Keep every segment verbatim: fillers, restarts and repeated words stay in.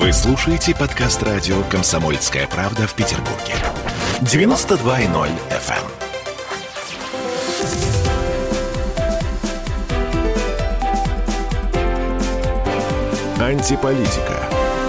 Вы слушаете подкаст радио «Комсомольская правда» в Петербурге. девяносто два и ноль эф эм. Антиполитика.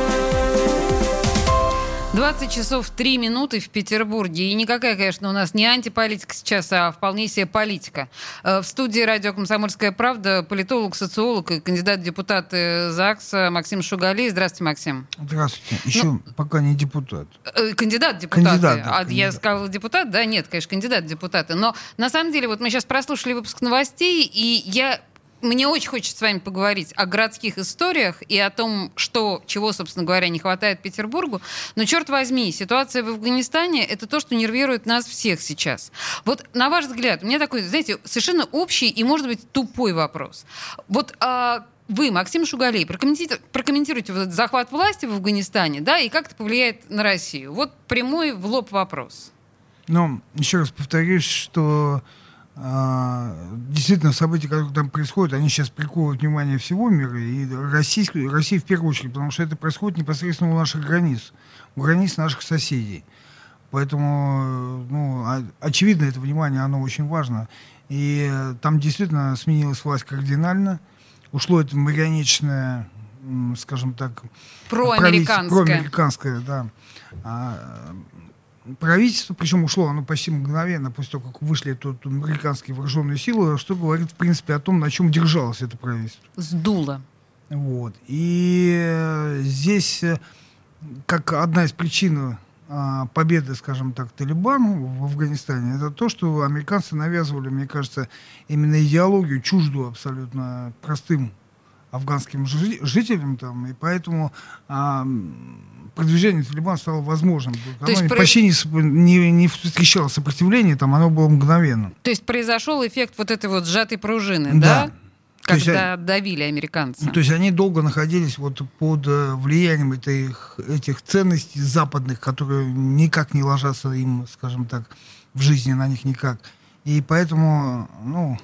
двадцать часов три минуты в Петербурге. И никакая, конечно, у нас не антиполитика сейчас, а вполне себе политика. В студии радио «Комсомольская правда» политолог, социолог и кандидат в депутаты ЗАГСа Максим Шугалей. Здравствуйте, Максим. Здравствуйте. Еще ну, пока не депутат. Кандидат в депутаты. Кандидат, да, а кандидат. Я сказала депутат? Да, нет, конечно, кандидат в депутаты. Но на самом деле, вот мы сейчас прослушали выпуск новостей, и я... Мне очень хочется с вами поговорить о городских историях и о том, что, чего, собственно говоря, не хватает Петербургу. Но, черт возьми, ситуация в Афганистане — это то, что нервирует нас всех сейчас. Вот, на ваш взгляд, у меня такой, знаете, совершенно общий и, может быть, тупой вопрос. Вот а, вы, Максим Шугалей, прокомментируйте, прокомментируйте вот этот захват власти в Афганистане, да, и как это повлияет на Россию. Вот прямой в лоб вопрос. Ну, еще раз повторюсь, что действительно, события, которые там происходят, они сейчас приковывают внимание всего мира, и России, России в первую очередь, потому что это происходит непосредственно у наших границ, у границ наших соседей. Поэтому, ну, очевидно, это внимание, оно очень важно. И там действительно сменилась власть кардинально, ушло это марионеточное, скажем так, проамериканское, проамериканское, да, правительство, причем ушло оно почти мгновенно после того, как вышли тут американские вооруженные силы, что говорит, в принципе, о том, на чем держалось это правительство. Сдуло. Вот. И здесь, как одна из причин победы, скажем так, Талибану в Афганистане, это то, что американцы навязывали, мне кажется, именно идеологию, чуждую абсолютно простым афганским жителям там, и поэтому а, продвижение Талибана стало возможным. То есть почти про... не, не, не встречало сопротивления, там оно было мгновенно. То есть произошел эффект вот этой вот сжатой пружины, да? да? Когда есть, давили американцы. То есть они долго находились вот под влиянием этих, этих ценностей западных, которые никак не ложатся им, скажем так, в жизни на них никак. И поэтому, ну...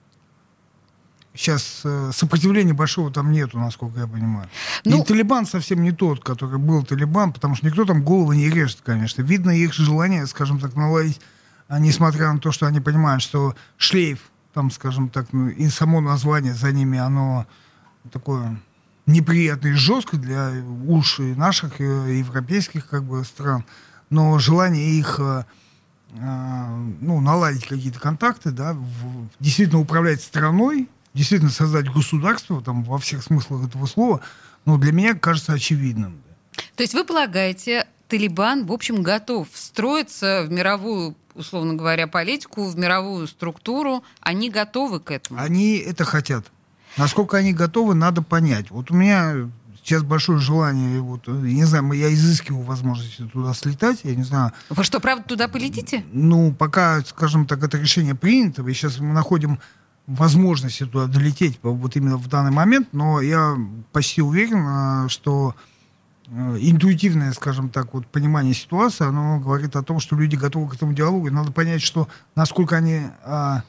Сейчас э, сопротивления большого там нету, насколько я понимаю. Ну, и Талибан совсем не тот, который был Талибан, потому что никто там головы не режет, конечно. Видно их желание, скажем так, наладить, а, несмотря на то, что они понимают, что шлейф, там, скажем так, ну, и само название за ними, оно такое неприятное и жесткое для уж и наших, и европейских как бы стран. Но желание их... Э, ну, наладить какие-то контакты, да, в, действительно управлять страной, действительно создать государство там, во всех смыслах этого слова, но для меня кажется очевидным. То есть вы полагаете, Талибан, в общем, готов встроиться в мировую, условно говоря, политику, в мировую структуру? Они готовы к этому? Они это хотят. Насколько они готовы, надо понять. Вот у меня сейчас большое желание, вот, я не знаю, я изыскиваю возможности туда слетать, я не знаю. Вы что, правда, туда полетите? Ну, пока, скажем так, это решение принято, и сейчас мы находим возможности туда долететь вот именно в данный момент, но я почти уверен, что интуитивное, скажем так, вот понимание ситуации, оно говорит о том, что люди готовы к этому диалогу, и надо понять, что насколько они а,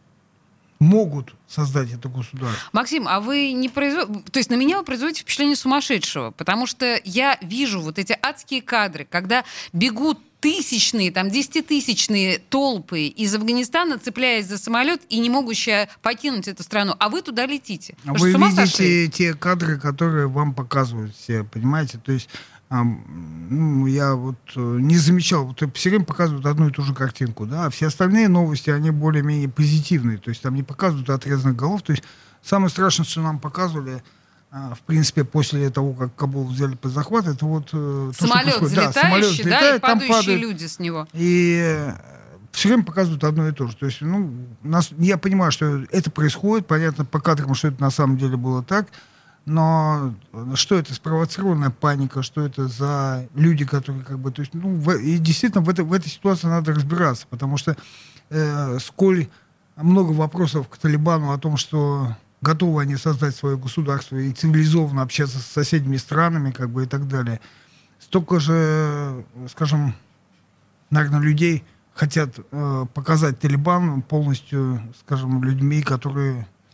могут создать это государство. Максим, а вы не производите... То есть на меня вы производите впечатление сумасшедшего, потому что я вижу вот эти адские кадры, когда бегут тысячные, там, десятитысячные толпы из Афганистана, цепляясь за самолет и не могущие покинуть эту страну. А вы туда летите. А вы видите те кадры, которые вам показывают все, понимаете? То есть а, ну, я вот не замечал, вот все время показывают одну и ту же картинку, да, а все остальные новости, они более-менее позитивные. То есть там не показывают отрезанных голов. То есть самое страшное, что нам показывали, в принципе, после того, как Кабул взяли под захват, это вот... Самолет то, залетающий, да, самолет залетает, да, и там падающие падают, люди с него. И все время показывают одно и то же. То есть, ну, нас, я понимаю, что это происходит, понятно по кадрам, что это на самом деле было так, но что это, спровоцированная паника, что это за люди, которые как бы... То есть, ну, в, и действительно в, это, в этой ситуации надо разбираться, потому что э, сколь много вопросов к Талибану о том, что... готовы они создать свое государство и цивилизованно общаться с соседними странами, как бы, и так далее. Столько же, скажем, наверное, людей хотят э, показать Талибан полностью, скажем, людьми, которые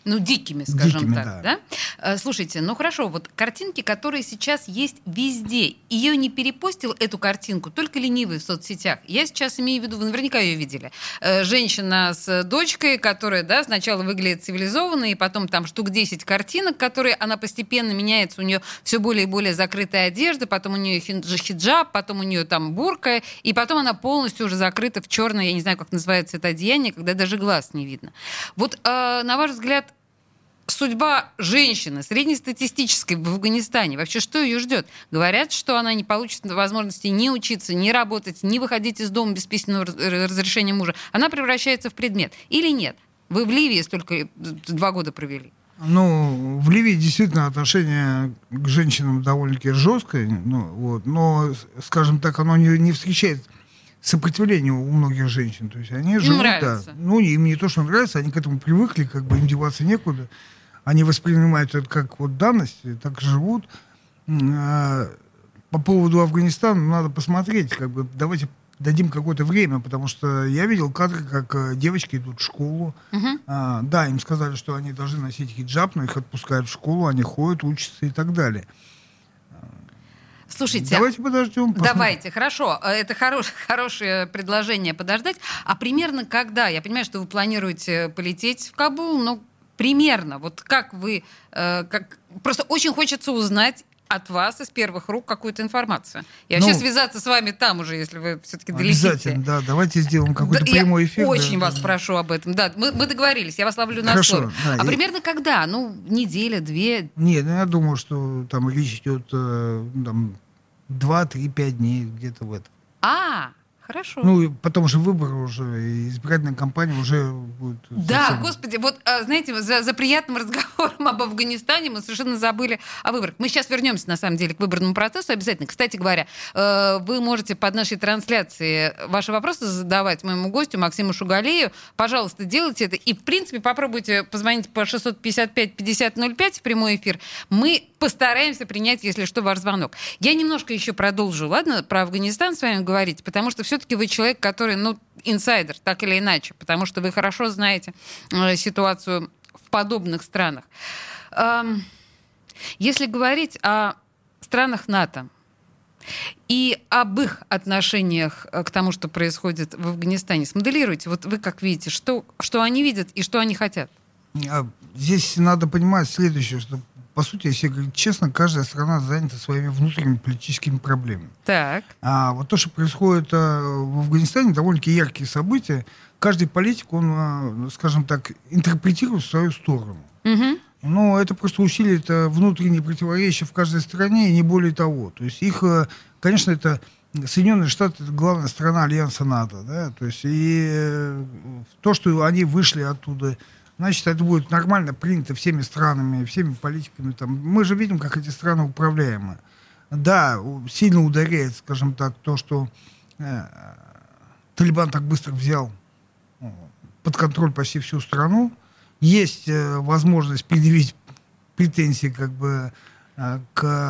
Ну, дикими, скажем дикими, так, да. да? Слушайте, ну хорошо, вот картинки, которые сейчас есть везде, ее не перепостил, эту картинку, только ленивый в соцсетях. Я сейчас имею в виду, вы наверняка ее видели. Женщина с дочкой, которая, да, сначала выглядит цивилизованно, и потом там штук десять картинок, которые она постепенно меняется, у нее все более и более закрытая одежда, потом у нее хиджаб, потом у нее там бурка, и потом она полностью уже закрыта в черное, я не знаю, как называется это одеяние, когда даже глаз не видно. Вот, э, на ваш взгляд, судьба женщины среднестатистической в Афганистане, вообще что ее ждет? Говорят, что она не получит возможности ни учиться, ни работать, ни выходить из дома без письменного разрешения мужа. Она превращается в предмет. Или нет? Вы в Ливии столько два года провели. Ну, в Ливии действительно отношение к женщинам довольно-таки жесткое, ну, вот, но, скажем так, оно не, не встречает сопротивления у многих женщин. То есть они им живут, нравится. Да. Ну, им не то, что нравится, они к этому привыкли, как бы им деваться некуда. Они воспринимают это как вот данность, так и живут. По поводу Афганистана надо посмотреть, как бы давайте дадим какое-то время, потому что я видел кадры, как девочки идут в школу. Uh-huh. А, да, им сказали, что они должны носить хиджаб, но их отпускают в школу, они ходят, учатся и так далее. Слушайте, давайте подождем. Посмотрим. Давайте, хорошо. Это хорош, хорошее предложение подождать. А примерно когда? Я понимаю, что вы планируете полететь в Кабул, но примерно, вот как вы... Э, как... Просто очень хочется узнать от вас из первых рук какую-то информацию. И вообще ну, связаться с вами там уже, если вы все-таки долетите. Обязательно, да. Давайте сделаем какой-то да, прямой эфир. Я очень да, вас да. прошу об этом. Да, мы, мы договорились, я вас ловлю на Хорошо, слове. Да, а я... примерно когда? Ну, неделя, две? Нет, ну я думаю, что там речь идет э, там, два, три, пять дней где-то в этом. А, хорошо. Ну, потому что выборы уже, и избирательная кампания уже будет... Да, совсем... господи, вот, знаете, за, за приятным разговором об Афганистане мы совершенно забыли о выборах. Мы сейчас вернемся, на самом деле, к выборному процессу обязательно. Кстати говоря, вы можете под нашей трансляцией ваши вопросы задавать моему гостю Максиму Шугалею. Пожалуйста, делайте это. И, в принципе, попробуйте позвонить по шестьсот пятьдесят пять пятьдесят ноль пять в прямой эфир. Мы постараемся принять, если что, ваш звонок. Я немножко еще продолжу, ладно, про Афганистан с вами говорить, потому что все-таки вы человек, который, ну, инсайдер, так или иначе, потому что вы хорошо знаете э, ситуацию в подобных странах. Эм, если говорить о странах НАТО и об их отношениях к тому, что происходит в Афганистане, смоделируйте, вот вы как видите, что, что они видят и что они хотят? Здесь надо понимать следующее, что по сути, если говорить честно, каждая страна занята своими внутренними политическими проблемами. Так. А вот то, что происходит а, в Афганистане, довольно-таки яркие события. Каждый политик, он, а, скажем так, интерпретирует в свою сторону. Угу. Но это просто усилит а, внутренние противоречия в каждой стране, и не более того. То есть их, а, конечно, это Соединенные Штаты — это главная страна альянса НАТО, да, то есть и а, то, что они вышли оттуда, значит, это будет нормально принято всеми странами, всеми политиками. Там. Мы же видим, как эти страны управляемы. Да, сильно ударяет, скажем так, то, что э, Талибан так быстро взял э, под контроль почти всю страну. Есть э, возможность предъявить претензии как бы, э,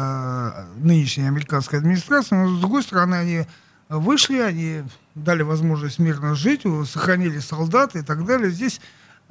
к нынешней американской администрации, но, с другой стороны, они вышли, они дали возможность мирно жить, сохранили солдат и так далее. Здесь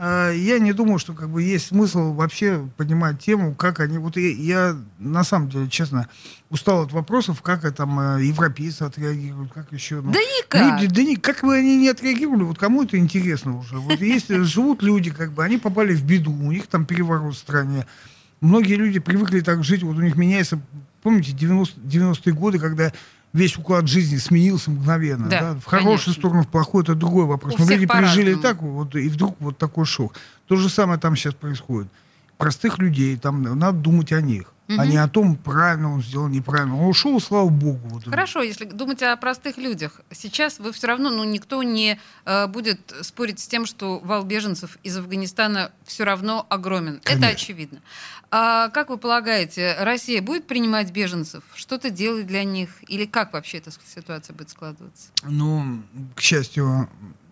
я не думаю, что как бы есть смысл вообще поднимать тему, как они... Вот я, я на самом деле, честно, устал от вопросов, как там европейцы отреагируют, как еще... Ну, да никак! Люди, да ни, как бы они не отреагировали, вот кому это интересно уже. Вот если живут люди, как бы, они попали в беду, у них там переворот в стране. Многие люди привыкли так жить, вот у них меняется... Помните, девяностые годы, когда... Весь уклад жизни сменился мгновенно. Да, да? В хорошую конечно. Сторону, в плохую — это другой вопрос. У Но люди пережили по-разному. так, вот, и вдруг вот такой шок. То же самое там сейчас происходит. Простых людей, там надо думать о них, угу. а не о том, правильно он сделал, неправильно. Он ушел, слава богу. Вот Хорошо, если думать о простых людях. Сейчас вы все равно, ну, никто не э, будет спорить с тем, что вал беженцев из Афганистана все равно огромен. Конечно. Это очевидно. А как вы полагаете, Россия будет принимать беженцев? Что-то делать для них? Или как вообще эта ситуация будет складываться? Ну, к счастью,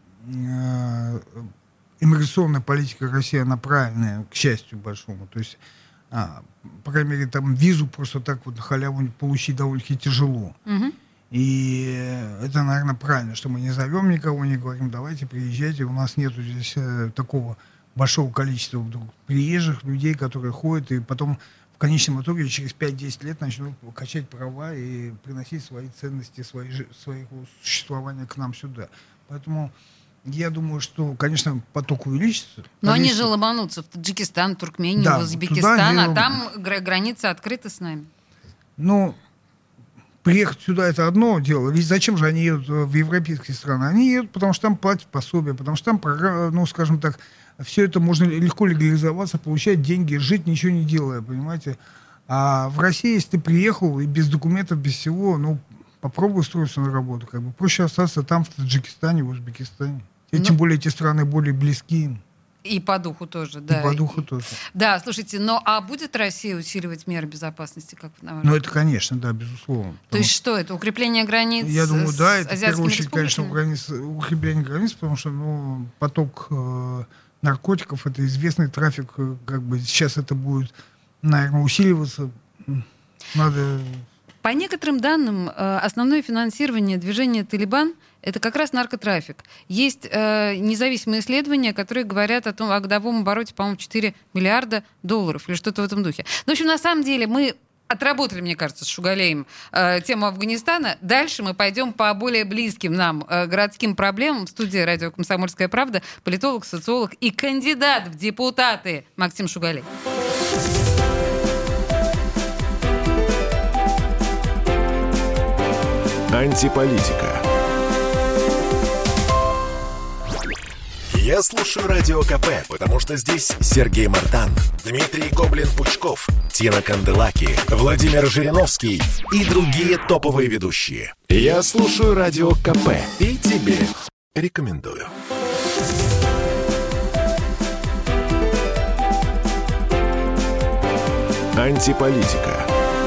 э, иммиграционная политика России, она правильная, к счастью большому. То есть, а, по крайней мере, там визу просто так вот на халяву получить довольно-таки тяжело. Угу. И это, наверное, правильно, что мы не зовем никого, не говорим, давайте приезжайте, у нас нету здесь э, такого большого количества вдруг приезжих людей, которые ходят, и потом в конечном итоге через пять-десять лет начнут качать права и приносить свои ценности, свои, своего существования к нам сюда. Поэтому я думаю, что, конечно, поток увеличится. Но Количество... они же ломанутся в Таджикистан, Туркмению, да, в Узбекистан, туда, а там гра- границы открыты с нами. Ну, приехать сюда — это одно дело. Ведь зачем же они едут в европейские страны? Они едут, потому что там платят пособие, потому что там, ну, скажем так, все это можно легко легализоваться, получать деньги, жить, ничего не делая, понимаете? А в России, если ты приехал и без документов, без всего, ну, попробуй устроиться на работу. Как бы проще остаться там, в Таджикистане, в Узбекистане. И ну, тем более эти страны более близки. И по духу тоже, да. И по духу и, тоже. Да, слушайте, но а будет Россия усиливать меры безопасности, как вы на Ну, это, конечно, да, безусловно. То есть что это? Укрепление границ? Я думаю, с да, это в первую очередь, республиками? конечно, границ, укрепление границ, потому что, ну, поток э, наркотиков, это известный трафик, э, как бы сейчас это будет, наверное, усиливаться. Надо... По некоторым данным, основное финансирование движения «Талибан» — это как раз наркотрафик. Есть э, независимые исследования, которые говорят о том, о годовом обороте, по-моему, четыре миллиарда долларов или что-то в этом духе. Ну, в общем, на самом деле мы отработали, мне кажется, с Шугалеем э, тему Афганистана. Дальше мы пойдем по более близким нам э, городским проблемам. В студии радио «Комсомольская правда» политолог, социолог и кандидат в депутаты Максим Шугалей. Антиполитика. Я слушаю Радио КП, потому что здесь Сергей Мартан, Дмитрий Гоблин-Пучков, Тина Канделаки, Владимир Жириновский и другие топовые ведущие. Я слушаю Радио КП и тебе рекомендую. Антиполитика.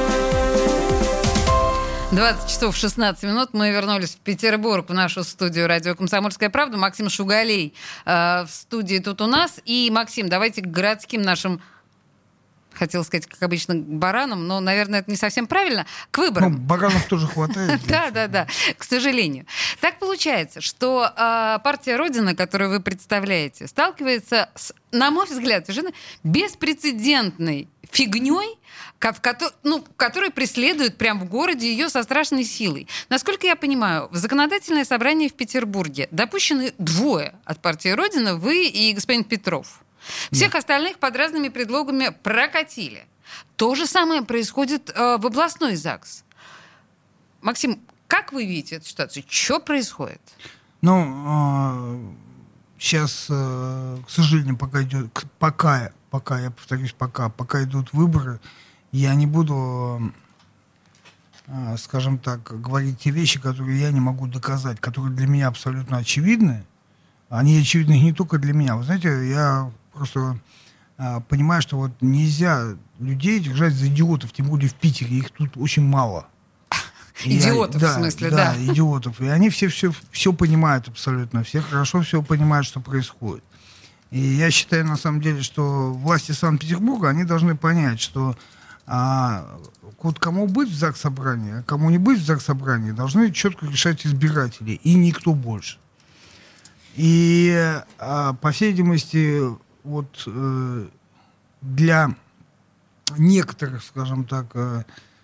двадцать часов шестнадцать минут. Мы вернулись в Петербург, в нашу студию радио «Комсомольская правда». Максим Шугалей э, в студии тут у нас. И, Максим, давайте к городским нашим, хотел сказать, как обычно, к баранам, но, наверное, это не совсем правильно, к выборам. Ну, баранов тоже хватает. Да, да, да, к сожалению. Так получается, что э, партия «Родина», которую вы представляете, сталкивается с, на мой взгляд, совершенно беспрецедентной фигней, ну, который преследует прямо в городе ее со страшной силой. Насколько я понимаю, в законодательное собрание в Петербурге допущены двое от партии «Родина», вы и господин Петров. Всех Нет. остальных под разными предлогами прокатили. То же самое происходит э, в областной ЗАГС. Максим, как вы видите эту ситуацию? Что происходит? Ну, э, сейчас, э, к сожалению, пока идет, пока, пока, я повторюсь, пока, пока идут выборы, я не буду, э, скажем так, говорить те вещи, которые я не могу доказать, которые для меня абсолютно очевидны. Они очевидны не только для меня. Вы знаете, я просто э, понимаю, что вот нельзя людей держать за идиотов, тем более в Питере, их тут очень мало. Идиотов, я, в смысле, да? Да, да, идиотов. И они все, все, все понимают абсолютно, все хорошо все понимают, что происходит. И я считаю, на самом деле, что власти Санкт-Петербурга, они должны понять, что а, вот кому быть в ЗАГС-собрании, а кому не быть в ЗАГС-собрании, должны четко решать избиратели, и никто больше. И, а, по всей видимости, вот э, для некоторых, скажем так, э,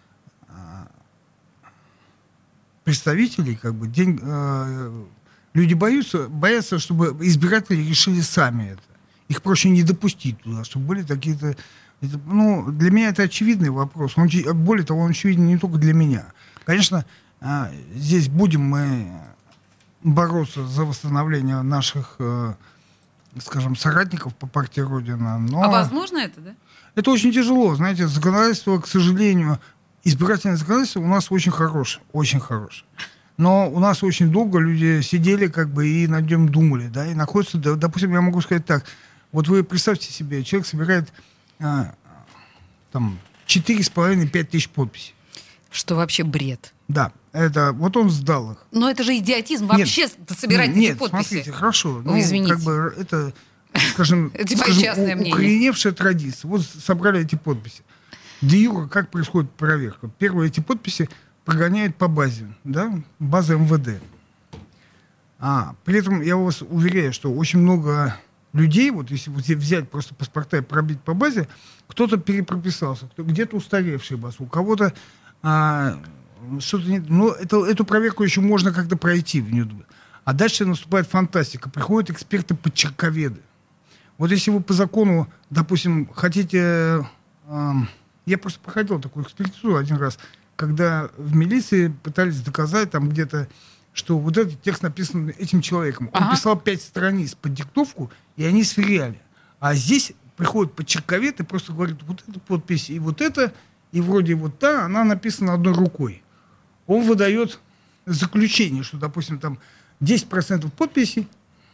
представителей, как бы, день, э, люди боятся, боятся, чтобы избиратели решили сами это. Их проще не допустить туда, чтобы были такие-то... Это, ну, для меня это очевидный вопрос. Он, более того, он очевиден не только для меня. Конечно, э, здесь будем мы бороться за восстановление наших, э, скажем, соратников по партии «Родина». Но а возможно это, да? Это очень тяжело. Знаете, законодательство, к сожалению... Избирательное законодательство у нас очень хорошее, очень хорошее. Но у нас очень долго люди сидели как бы и над ним думали, да, и находятся, допустим, я могу сказать так, вот вы представьте себе, человек собирает а, там четыре с половиной - пять тысяч подписей. Что вообще бред. Да, это, вот он сдал их. Но это же идиотизм вообще нет, собирать нет, эти подписи. Нет, смотрите, хорошо. Ну, извините. Как бы это, скажем, скажем укореневшая традиция. Вот собрали эти подписи. Де юре как происходит проверка? Первые эти подписи прогоняют по базе, да, база эм вэ дэ. А, при этом я вас уверяю, что очень много людей, вот если вот взять просто паспорта и пробить по базе, кто-то перепрописался, кто, где-то устаревший бас, у кого-то а, что-то не... Ну, это, эту проверку еще можно как-то пройти. А дальше наступает фантастика. Приходят эксперты-подчерковеды. Вот если вы по закону, допустим, хотите... Э, я просто проходил такую экспертизу один раз, когда в милиции пытались доказать там где-то, что вот этот текст написан этим человеком. Он ага. писал пять страниц под диктовку, и они сверяли. А здесь приходит подчерковед и просто говорит, вот эта подпись и вот это, и вроде вот та, она написана одной рукой. Он выдает заключение, что, допустим, там десять процентов подписей,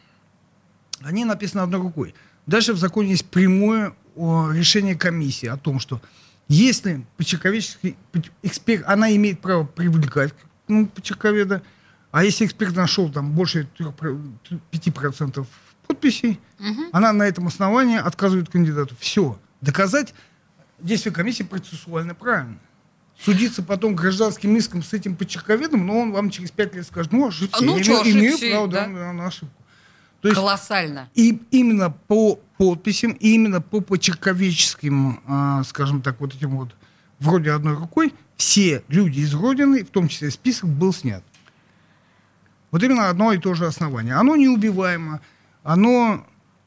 они написаны одной рукой. Дальше в законе есть прямое решение комиссии о том, что если почерковедческий эксперт, она имеет право привлекать ну, почерковеда, а если эксперт нашел там больше пяти процентов подписей, угу. она на этом основании отказывает кандидату. Все. Доказать действие комиссии процессуально правильно. Судиться потом гражданским иском с этим почерковедом, но он вам через пять лет скажет, ну, ошибся. Ну, я что, имею ошибся, право да? да, на ошибку. То есть, колоссально. И именно по подписям, и именно по почерковедческим, а, скажем так, вот этим вот, вроде одной рукой, все люди из Родины, в том числе список, был снят. Вот именно одно и то же основание. Оно неубиваемо, оно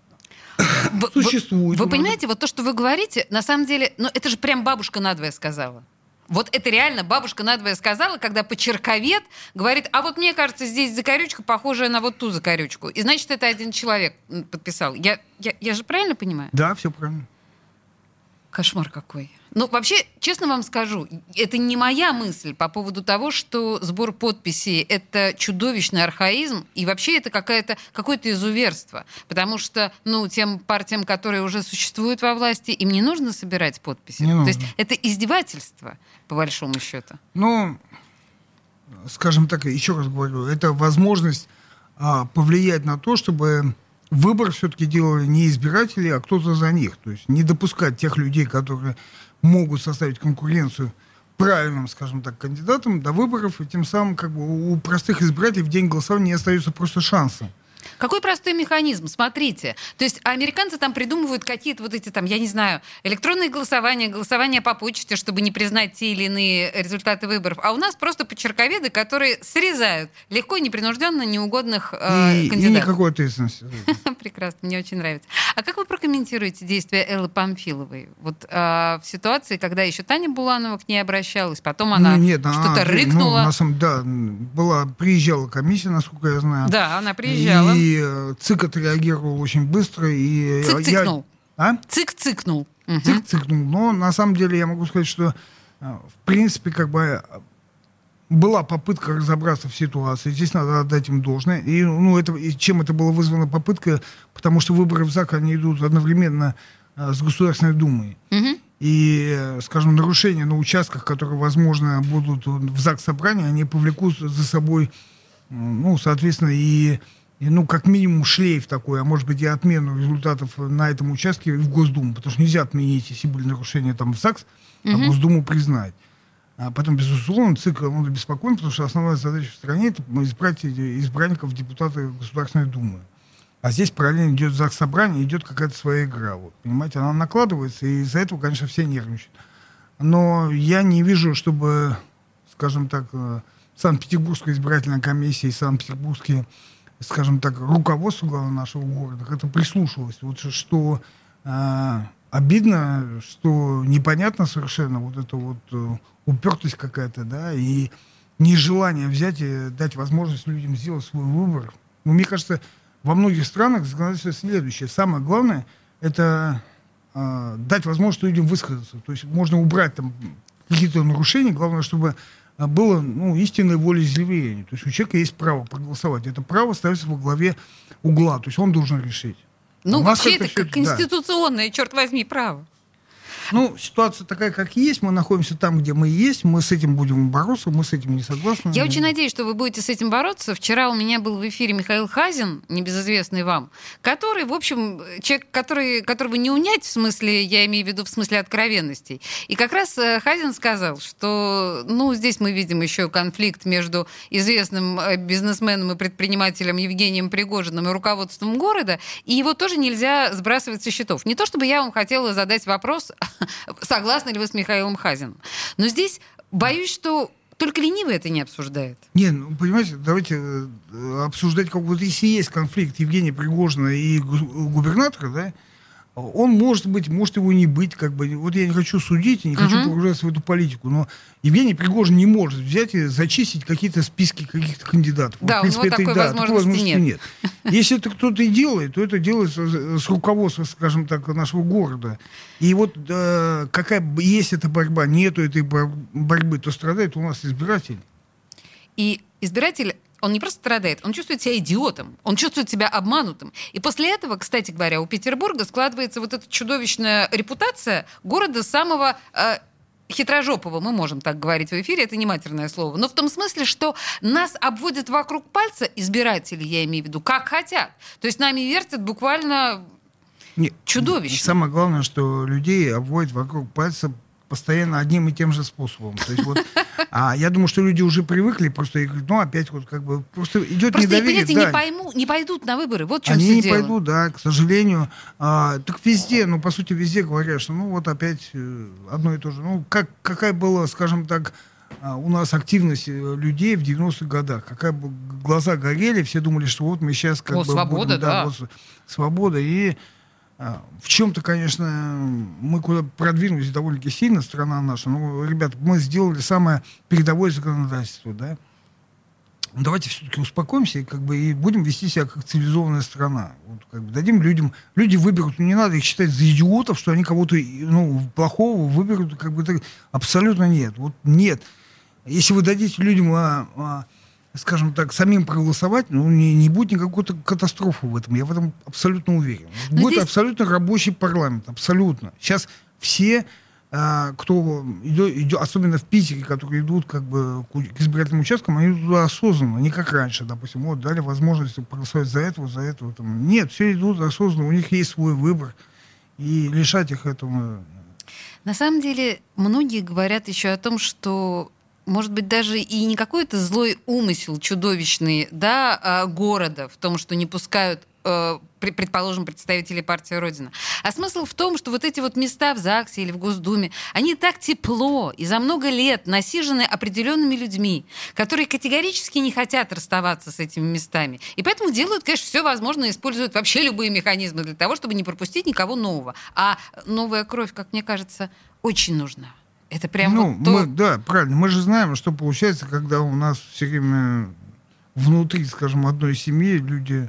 вы, существует. Вы, вы понимаете, вот то, что вы говорите, на самом деле, ну это же прям бабушка надвое сказала. Вот это реально бабушка надвое сказала, когда почерковед говорит, а вот мне кажется, здесь закорючка похожая на вот ту закорючку. И значит, это один человек подписал. Я, я, я же правильно понимаю? Да, все правильно. Кошмар какой. Ну, вообще, честно вам скажу, это не моя мысль по поводу того, что сбор подписей — это чудовищный архаизм, и вообще это какая-то, какое-то изуверство. Потому что, ну, тем партиям, которые уже существуют во власти, им не нужно собирать подписи. Не То нужно. есть это издевательство, по большому счету. Ну, скажем так, еще раз говорю, это возможность а, повлиять на то, чтобы выбор все-таки делали не избиратели, а кто-то за них. То есть не допускать тех людей, которые могут составить конкуренцию правильным, скажем так, кандидатам до выборов, и тем самым как бы у простых избирателей в день голосования не остается просто шанса. Какой простой механизм? Смотрите. То есть американцы там придумывают какие-то вот эти там, я не знаю, электронные голосования, голосования по почте, чтобы не признать те или иные результаты выборов. А у нас просто почерковеды, которые срезают легко и непринужденно неугодных э, и, кандидатов. И никакой ответственности. Прекрасно, мне очень нравится. А как вы прокомментируете действия Эллы Памфиловой? Вот э, в ситуации, когда еще Таня Буланова к ней обращалась, потом она ну, нет, что-то она, рыкнула. Ну, на самом, да, была, приезжала комиссия, насколько я знаю. Да, она приезжала. И ЦИК отреагировал очень быстро. И ЦИК цикнул. Я... А? ЦИК цикнул. Угу. ЦИК цикнул. Но на самом деле я могу сказать, что в принципе как бы была попытка разобраться в ситуации. Здесь надо отдать им должное. И, ну, это, и чем это было вызвано попытка? Потому что выборы в ЗАГС, они идут одновременно с Государственной Думой. Угу. И, скажем, нарушения на участках, которые, возможно, будут в ЗАГС-собрании, они повлекут за собой, ну, соответственно, и И, ну, как минимум шлейф такой, а может быть и отмену результатов на этом участке в Госдуму, потому что нельзя отменить, если были нарушения там в ЗАГС, а угу. Госдуму признать. А потом, безусловно, ЦИК он обеспокоен, потому что основная задача в стране — это избрать избранников в депутаты Государственной Думы. А здесь параллельно идет ЗАГС-собрание, идет какая-то своя игра. Вот, понимаете, она накладывается, и из-за этого, конечно, все нервничают. Но я не вижу, чтобы, скажем так, Санкт-Петербургская избирательная комиссия и Санкт-Петербургские, скажем так, руководство главного нашего города как-то прислушивалось. Вот что э, обидно, что непонятно совершенно вот эта вот э, упертость какая-то, да, и нежелание взять и дать возможность людям сделать свой выбор. Ну, мне кажется, во многих странах законодательство следующее. Самое главное — это э, дать возможность людям высказаться. То есть можно убрать там какие-то нарушения, главное, чтобы было, ну, истинной волеизъявление. То есть у человека есть право проголосовать. Это право ставится во главе угла. То есть он должен решить. Ну, а вообще это все, конституционное, да. черт возьми, право. Ну, ситуация такая, как есть, мы находимся там, где мы есть, мы с этим будем бороться, мы с этим не согласны. Я очень надеюсь, что вы будете с этим бороться. Вчера у меня был в эфире Михаил Хазин, небезызвестный вам, который, в общем, человек, который, которого не унять, в смысле, я имею в виду в смысле откровенностей. И как раз Хазин сказал, что, ну, здесь мы видим еще конфликт между известным бизнесменом и предпринимателем Евгением Пригожиным и руководством города, и его тоже нельзя сбрасывать со счетов. Не то чтобы я вам хотела задать вопрос, согласны ли вы с Михаилом Хазиным, но здесь боюсь, что только ленивый это не обсуждает. Не, ну, понимаете, давайте обсуждать, как вот если есть конфликт Евгения Пригожина и губернатора, да, он может быть, может его не быть, как бы. Вот я не хочу судить, не хочу uh-huh. погружаться в эту политику, но Евгений Пригожин не может взять и зачистить какие-то списки каких-то кандидатов. Да, вот, в принципе, у него такой это, да, возможности, такой возможности нет. нет. Если это кто-то и делает, то это делается с руководства, скажем так, нашего города. И вот э, какая есть эта борьба, нету этой борьбы, то страдает у нас избиратель. И избиратель, он не просто страдает, он чувствует себя идиотом, он чувствует себя обманутым. И после этого, кстати говоря, у Петербурга складывается вот эта чудовищная репутация города самого э, хитрожопого, мы можем так говорить в эфире, это не матерное слово, но в том смысле, что нас обводят вокруг пальца избиратели, я имею в виду, как хотят. То есть нами вертят буквально Нет, чудовищно. Самое главное, что людей обводят вокруг пальца постоянно одним и тем же способом. То есть вот, а я думаю, что люди уже привыкли, просто и говорят, ну опять вот как бы просто идет просто недоверие. Просто, да. не пойму, не пойдут на выборы, вот в чем Они все не дело. пойдут, да, к сожалению. А, так везде, ну по сути везде говорят, что ну вот опять одно и то же. Ну как, какая была, скажем так, у нас активность людей в девяностых годах, какая бы глаза горели, все думали, что вот мы сейчас как О, бы свобода, будем, да, да. вот, свобода и в чем-то, конечно, мы куда продвинулись довольно-таки сильно, страна наша. Ну, ребят, мы сделали самое передовое законодательство, да. Давайте все-таки успокоимся и, как бы, и будем вести себя как цивилизованная страна. Вот, как бы, дадим людям... Люди выберут, ну, не надо их считать за идиотов, что они кого-то, ну, плохого выберут, как бы, так, абсолютно нет. Вот нет. Если вы дадите людям... А, а, скажем так, самим проголосовать, ну, не, не будет никакой катастрофы в этом. Я в этом абсолютно уверен. Но будет здесь... абсолютно рабочий парламент. Абсолютно. Сейчас все, а, кто идет, идет, особенно в Питере, которые идут как бы к избирательным участкам, они идут туда осознанно, не как раньше. Допустим, вот дали возможность проголосовать за этого, за этого. Там. Нет, все идут осознанно. У них есть свой выбор. И лишать их этого... На самом деле, многие говорят еще о том, что может быть, даже и не какой-то злой умысел чудовищный, да, города в том, что не пускают, предположим, представителей партии Родина. А смысл в том, что вот эти вот места в ЗАГСе или в Госдуме, они так тепло и за много лет насижены определенными людьми, которые категорически не хотят расставаться с этими местами. И поэтому делают, конечно, все возможное, используют вообще любые механизмы для того, чтобы не пропустить никого нового. А новая кровь, как мне кажется, очень нужна. Это прям ну, вот то... мы, да, правильно. Мы же знаем, что получается, когда у нас все время внутри, скажем, одной семьи люди...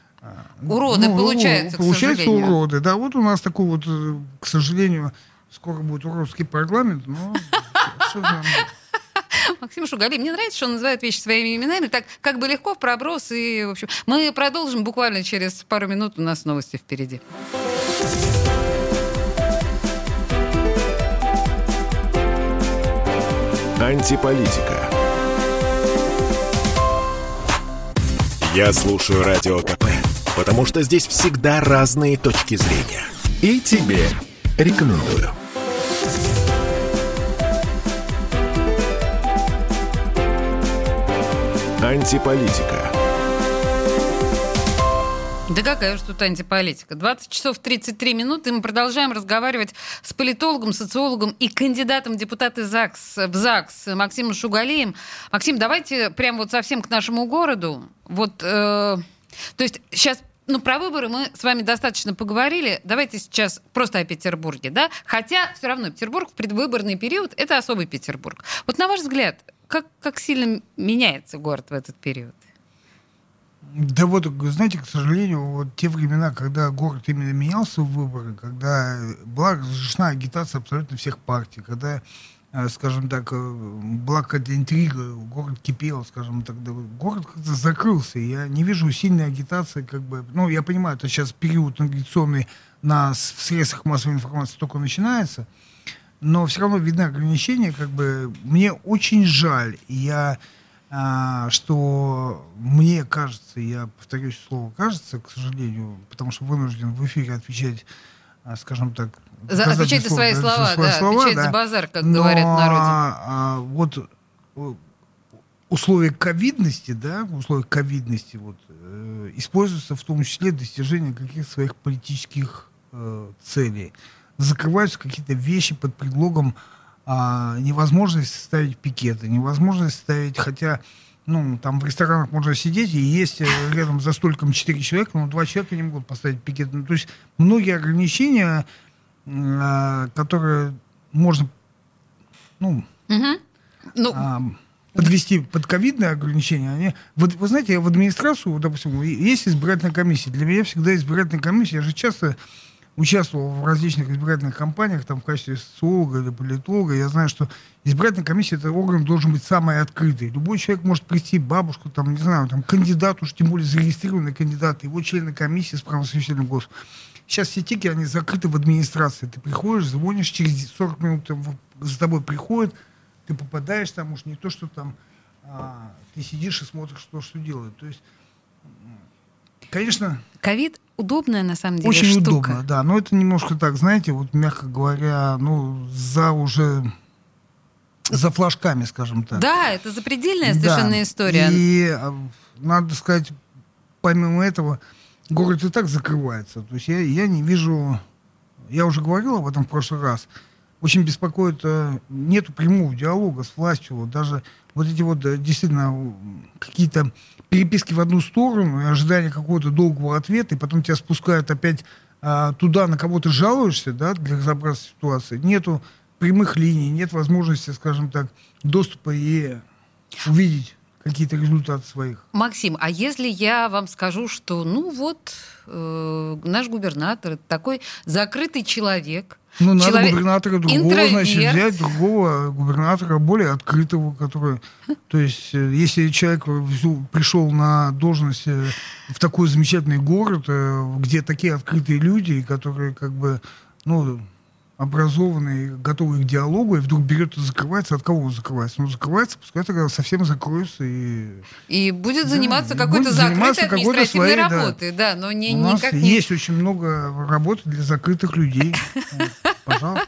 Уроды ну, получаются, получаются к сожалению. уроды. Да, вот у нас такой вот, к сожалению, скоро будет уродский парламент, но... Максим Шугалей, мне нравится, что он называет вещи своими именами. Так как бы легко в проброс. И, в общем, мы продолжим буквально через пару минут. У нас новости впереди. Антиполитика. Я слушаю Радио КП, потому что здесь всегда разные точки зрения. И тебе рекомендую. Антиполитика. Да какая уж тут антиполитика. двадцать часов тридцать три минуты, и мы продолжаем разговаривать с политологом, социологом и кандидатом в депутаты ЗАГС, в ЗАГС Максимом Шугалеем. Максим, давайте прямо вот совсем к нашему городу. Вот, э, то есть сейчас, ну, про выборы мы с вами достаточно поговорили. Давайте сейчас просто о Петербурге, да? Хотя все равно Петербург в предвыборный период — это особый Петербург. Вот на ваш взгляд, как, как сильно меняется город в этот период? Да вот, знаете, к сожалению, вот те времена, когда город именно менялся в выборы, когда была разрешена агитация абсолютно всех партий, когда, скажем так, была какая-то интрига, город кипел, скажем так, город как-то закрылся. Я не вижу сильной агитации, как бы, ну, я понимаю, это сейчас период агитационный на средствах массовой информации только начинается, но все равно видны ограничения. Как бы, мне очень жаль, я, а, что мне кажется, я повторюсь слово «кажется», к сожалению, потому что вынужден в эфире отвечать, а, скажем так, за, отвечать за свои слова, за свои да, слова, отвечать да. за базар, как но, говорят в народе. А, вот условия ковидности, да, условия ковидности вот, э, используются в том числе достижение каких-то своих политических э, целей. Закрываются какие-то вещи под предлогом э, невозможности ставить пикеты, невозможности ставить, хотя, ну, там в ресторанах можно сидеть и есть рядом за столиком четыре человека, но два человека не могут поставить пикет. Ну, то есть многие ограничения, э, которые можно, ну, угу. ну э, подвести под ковидные ограничения, они... Вот, вы знаете, я в администрацию, допустим, есть избирательная комиссия. Для меня всегда избирательная комиссия. Я же часто участвовал в различных избирательных кампаниях, там, в качестве социолога или политолога. Я знаю, что избирательная комиссия, это орган должен быть самый открытый. Любой человек может прийти, бабушку, там, не знаю, там, кандидат, уж тем более зарегистрированный кандидат, его члены комиссии с правосвященным голосом. Сейчас все тики, они закрыты в администрации. Ты приходишь, звонишь, через сорок минут за тобой приходят, ты попадаешь там, уж не то, что там а, ты сидишь и смотришь, что, что делают. То есть, конечно... Ковид удобная, на самом деле, очень штука. Очень удобно, да. Но это немножко так, знаете, вот, мягко говоря, ну, за уже... За флажками, скажем так. Да, это запредельная совершенно да. история. И, надо сказать, помимо этого, город и так закрывается. То есть я, я не вижу... Я уже говорил об этом в прошлый раз. Очень беспокоит, э, нету прямого диалога с властью. Вот даже вот эти вот э, действительно какие-то переписки в одну сторону и ожидание какого-то долгого ответа, и потом тебя спускают опять э, туда, на кого ты жалуешься, да, для разобраться в ситуации. Нету прямых линий, нет возможности, скажем так, доступа и увидеть какие-то результаты своих. Максим, а если я вам скажу, что, ну вот, э, наш губернатор такой закрытый человек, ну, надо человек... губернатора другого, значит, взять другого губернатора, более открытого, который... То есть, если человек пришел на должность в такой замечательный город, где такие открытые люди, которые, как бы, ну, образованные, готовые к диалогу, и вдруг берет и закрывается, от кого он закрывается? Ну, закрывается, пускай тогда совсем закроется и... И будет заниматься да, какой-то закрытой административной своей, работой, да, да, но не, У нас никак не... есть очень много работы для закрытых людей. Пожалуйста.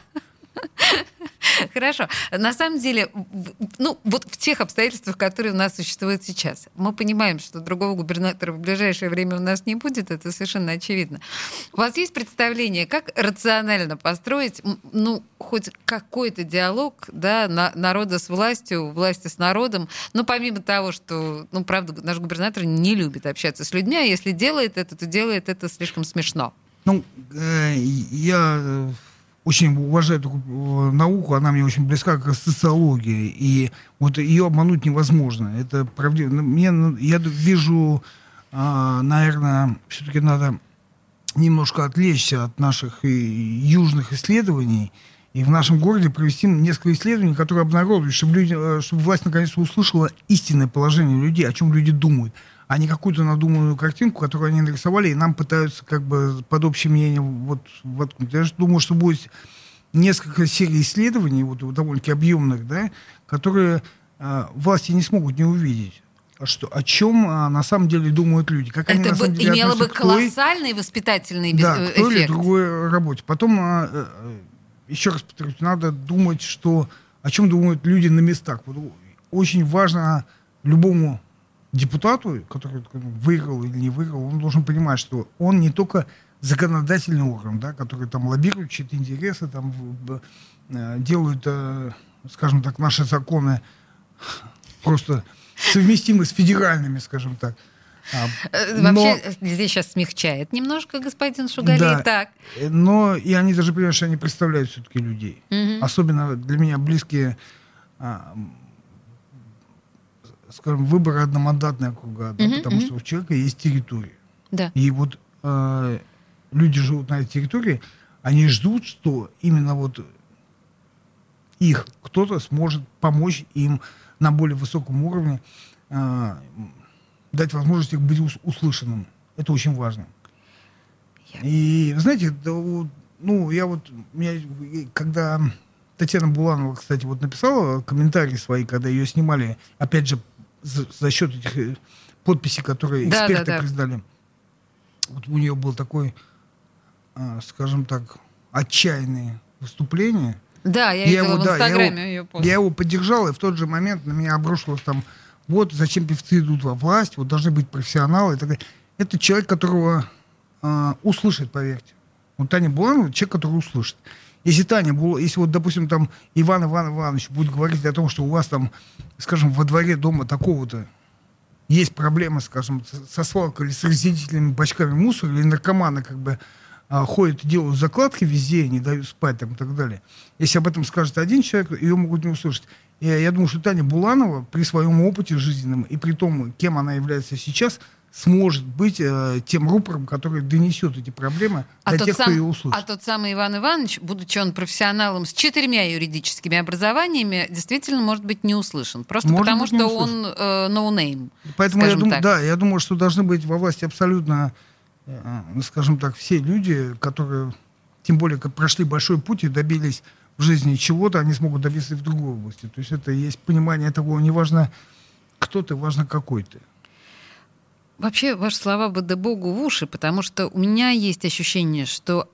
Хорошо. На самом деле, ну, вот в тех обстоятельствах, которые у нас существуют сейчас, мы понимаем, что другого губернатора в ближайшее время у нас не будет, это совершенно очевидно. У вас есть представление, как рационально построить, ну, хоть какой-то диалог, да, на, народа с властью, власти с народом, но помимо того, что, ну, правда, наш губернатор не любит общаться с людьми, а если делает это, то делает это слишком смешно. Ну, э, я... очень уважаю такую науку, она мне очень близка, как социология, и вот ее обмануть невозможно. Это правдиво. Мне, я вижу, наверное, все-таки надо немножко отвлечься от наших южных исследований и в нашем городе провести несколько исследований, которые обнародуют, чтобы, люди, чтобы власть наконец-то услышала истинное положение людей, о чем люди думают, а не какую-то надуманную картинку, которую они нарисовали, и нам пытаются как бы под общее мнение вот воткнуть. Я же думаю, что будет несколько серий исследований, вот, довольно-таки объемных, да, которые э, власти не смогут не увидеть. А что, о чем а, на самом деле думают люди. Как это они, на самом бы деле, имело бы той, колоссальный воспитательный да, эффект. Да, той или другой работе. Потом, а, а, еще раз повторюсь, надо думать, что, о чем думают люди на местах. Вот, очень важно любому депутату, который выиграл или не выиграл, он должен понимать, что он не только законодательный орган, да, который там лоббирует чьи-то интересы, там э, делают, э, скажем так, наши законы просто совместимы с федеральными, скажем так. А, но, вообще, здесь сейчас смягчает немножко господин Шугалей. Да, так. Но и они даже понимают, что они представляют все-таки людей. Угу. Особенно для меня близкие, а, скажем, выборы одномандатные округа, да, uh-huh, потому uh-huh. что у человека есть территория. Да. И вот э, люди живут на этой территории, они ждут, что именно вот их кто-то сможет помочь им на более высоком уровне, э, дать возможность их быть услышанным. Это очень важно. И, вы знаете, ну, я вот, меня, когда Татьяна Буланова, кстати, вот написала комментарии свои, когда ее снимали, опять же, за, за счет этих подписей, которые да, эксперты да, да. признали, вот у нее был такой, скажем так, отчаянное выступление. Да, я, я видела его, в Инстаграме да, ее пост. Я его поддержал, и в тот же момент на меня обрушилось там, вот зачем певцы идут во власть, вот должны быть профессионалы и так далее. Это человек, которого э, услышит, поверьте. Вот Таня Буланова — человек, который услышит. Если Таня Буланова, если вот, допустим, там Иван Иван Иванович будет говорить о том, что у вас там, скажем, во дворе дома такого-то есть проблемы, скажем, со свалкой или с разделительными бачками мусора, или наркоманы как бы а, ходят и делают закладки везде, не дают спать там, и так далее. Если об этом скажет один человек, ее могут не услышать. И я думаю, что Таня Буланова при своем опыте жизненном и при том, кем она является сейчас, сможет быть э, тем рупором, который донесет эти проблемы а до тех, сам, кто ее услышит. А тот самый Иван Иванович, будучи он профессионалом с четырьмя юридическими образованиями, действительно может быть не услышан. Просто может потому, что он э, no-name. Поэтому я думаю, да, я думаю, что должны быть во власти абсолютно, э, скажем так, все люди, которые, тем более, как прошли большой путь и добились в жизни чего-то, они смогут добиться и в другой области. То есть это есть понимание того, не важно, кто ты, важно, какой ты. Вообще, ваши слова бы да богу в уши, потому что у меня есть ощущение, что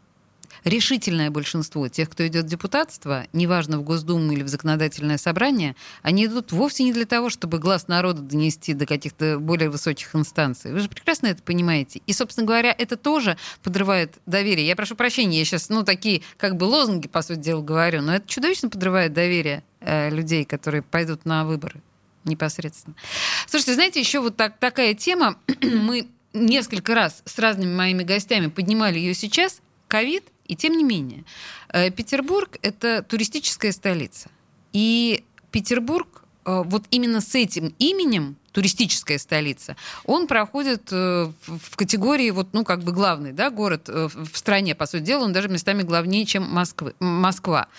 решительное большинство тех, кто идет в депутатство, неважно, в Госдуму или в законодательное собрание, они идут вовсе не для того, чтобы глас народа донести до каких-то более высоких инстанций. Вы же прекрасно это понимаете. И, собственно говоря, это тоже подрывает доверие. Я прошу прощения, я сейчас, ну, такие как бы лозунги, по сути дела, говорю, но это чудовищно подрывает доверие э, людей, которые пойдут на выборы непосредственно. Слушайте, знаете, еще вот так, такая тема, мы несколько раз с разными моими гостями поднимали ее сейчас, ковид, и тем не менее. Петербург — это туристическая столица. И Петербург вот именно с этим именем, туристическая столица, он проходит в категории вот, ну, как бы главный, да, город в стране, по сути дела, он даже местами главнее, чем Москвы, Москва.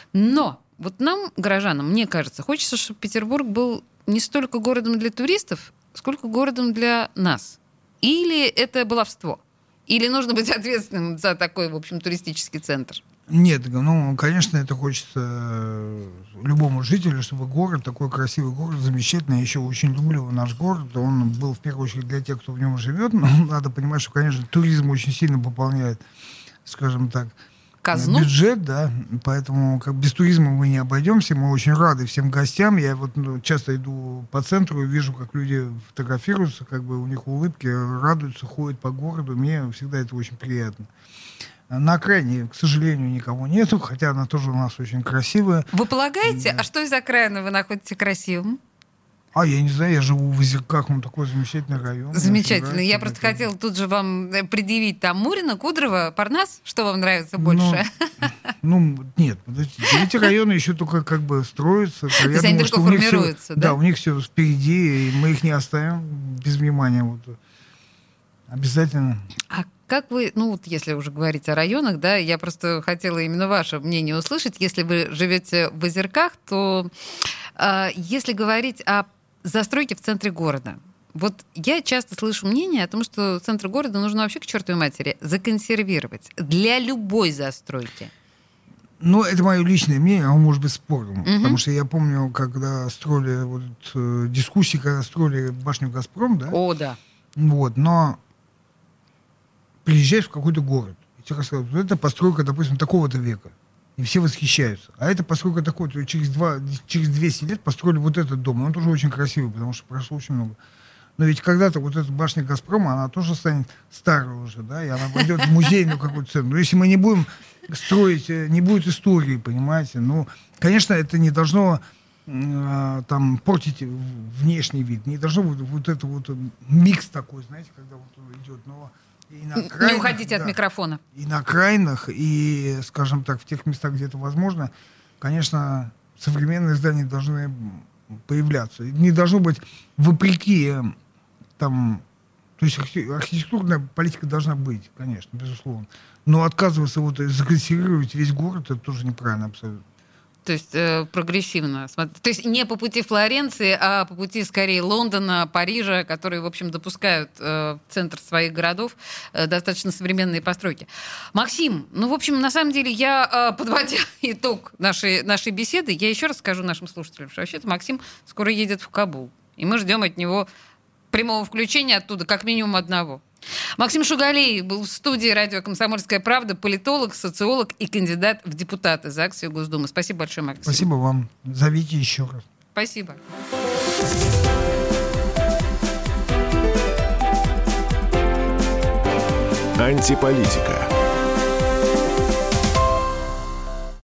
Но вот нам, горожанам, мне кажется, хочется, чтобы Петербург был не столько городом для туристов, сколько городом для нас. Или это баловство? Или нужно быть ответственным за такой, в общем, туристический центр? Нет, ну, конечно, это хочется любому жителю, чтобы город, такой красивый город, замечательный. Я еще очень люблю наш город. Он был, в первую очередь, для тех, кто в нем живет. Но надо понимать, что, конечно, туризм очень сильно пополняет, скажем так, казну? Бюджет, да, поэтому как без туризма мы не обойдемся. Мы очень рады всем гостям. Я вот ну, часто иду по центру и вижу, как люди фотографируются, как бы у них улыбки, радуются, ходят по городу. Мне всегда это очень приятно. На окраине, к сожалению, никого нету, хотя она тоже у нас очень красивая. Вы полагаете? Да. А что из окраины вы находите красивым? А, я не знаю, я живу в Озерках, он такой замечательный район. Замечательно. Я просто это... хотела тут же вам предъявить там Мурино, Кудрово, Парнас. Что вам нравится больше? Ну, ну нет, подождите. Эти районы еще только как бы строятся. То есть они только формируются, да? Да, у них все впереди, и мы их не оставим без внимания. Вот. Обязательно. А как вы, ну вот если уже говорить о районах, да, я просто хотела именно ваше мнение услышать. Если вы живете в Озерках, то э, если говорить о застройки в центре города. Вот я часто слышу мнение о том, что центр города нужно вообще к чертовой матери законсервировать для любой застройки. Ну, это мое личное мнение, оно может быть спорным. Uh-huh. Потому что я помню, когда строили вот, э, дискуссии, когда строили башню «Газпром», да? О, да. Вот, но приезжаешь в какой-то город, и тебе рассказывают, вот это постройка, допустим, такого-то века. И все восхищаются. А это постройка такой, то через, два, через двести лет построили вот этот дом. Он тоже очень красивый, потому что прошло очень много. Но ведь когда-то вот эта башня «Газпрома», она тоже станет старой уже, да, и она пойдет в музейную какую-то цену. Но если мы не будем строить, не будет истории, понимаете, ну, конечно, это не должно э, там портить внешний вид, не должно быть вот это вот микс такой, знаете, когда вот он идет, но и на окраинах, не уходите да, от микрофона. И на окраинах, и, скажем так, в тех местах, где это возможно, конечно, современные здания должны появляться. Не должно быть вопреки там, то есть архитектурная политика должна быть, конечно, безусловно. Но отказываться вот законсервировать весь город, это тоже неправильно абсолютно. То есть э, прогрессивно. То есть не по пути Флоренции, а по пути, скорее, Лондона, Парижа, которые, в общем, допускают э, в центр своих городов э, достаточно современные постройки. Максим, ну, в общем, на самом деле, я, э, подводя итог нашей, нашей беседы, я еще раз скажу нашим слушателям, что вообще-то Максим скоро едет в Кабул. И мы ждем от него прямого включения оттуда, как минимум одного. Максим Шугалей был в студии радио «Комсомольская правда», политолог, социолог и кандидат в депутаты ЗАГС и Госдумы. Спасибо большое, Максим. Спасибо вам. Зовите еще раз. Спасибо. Антиполитика.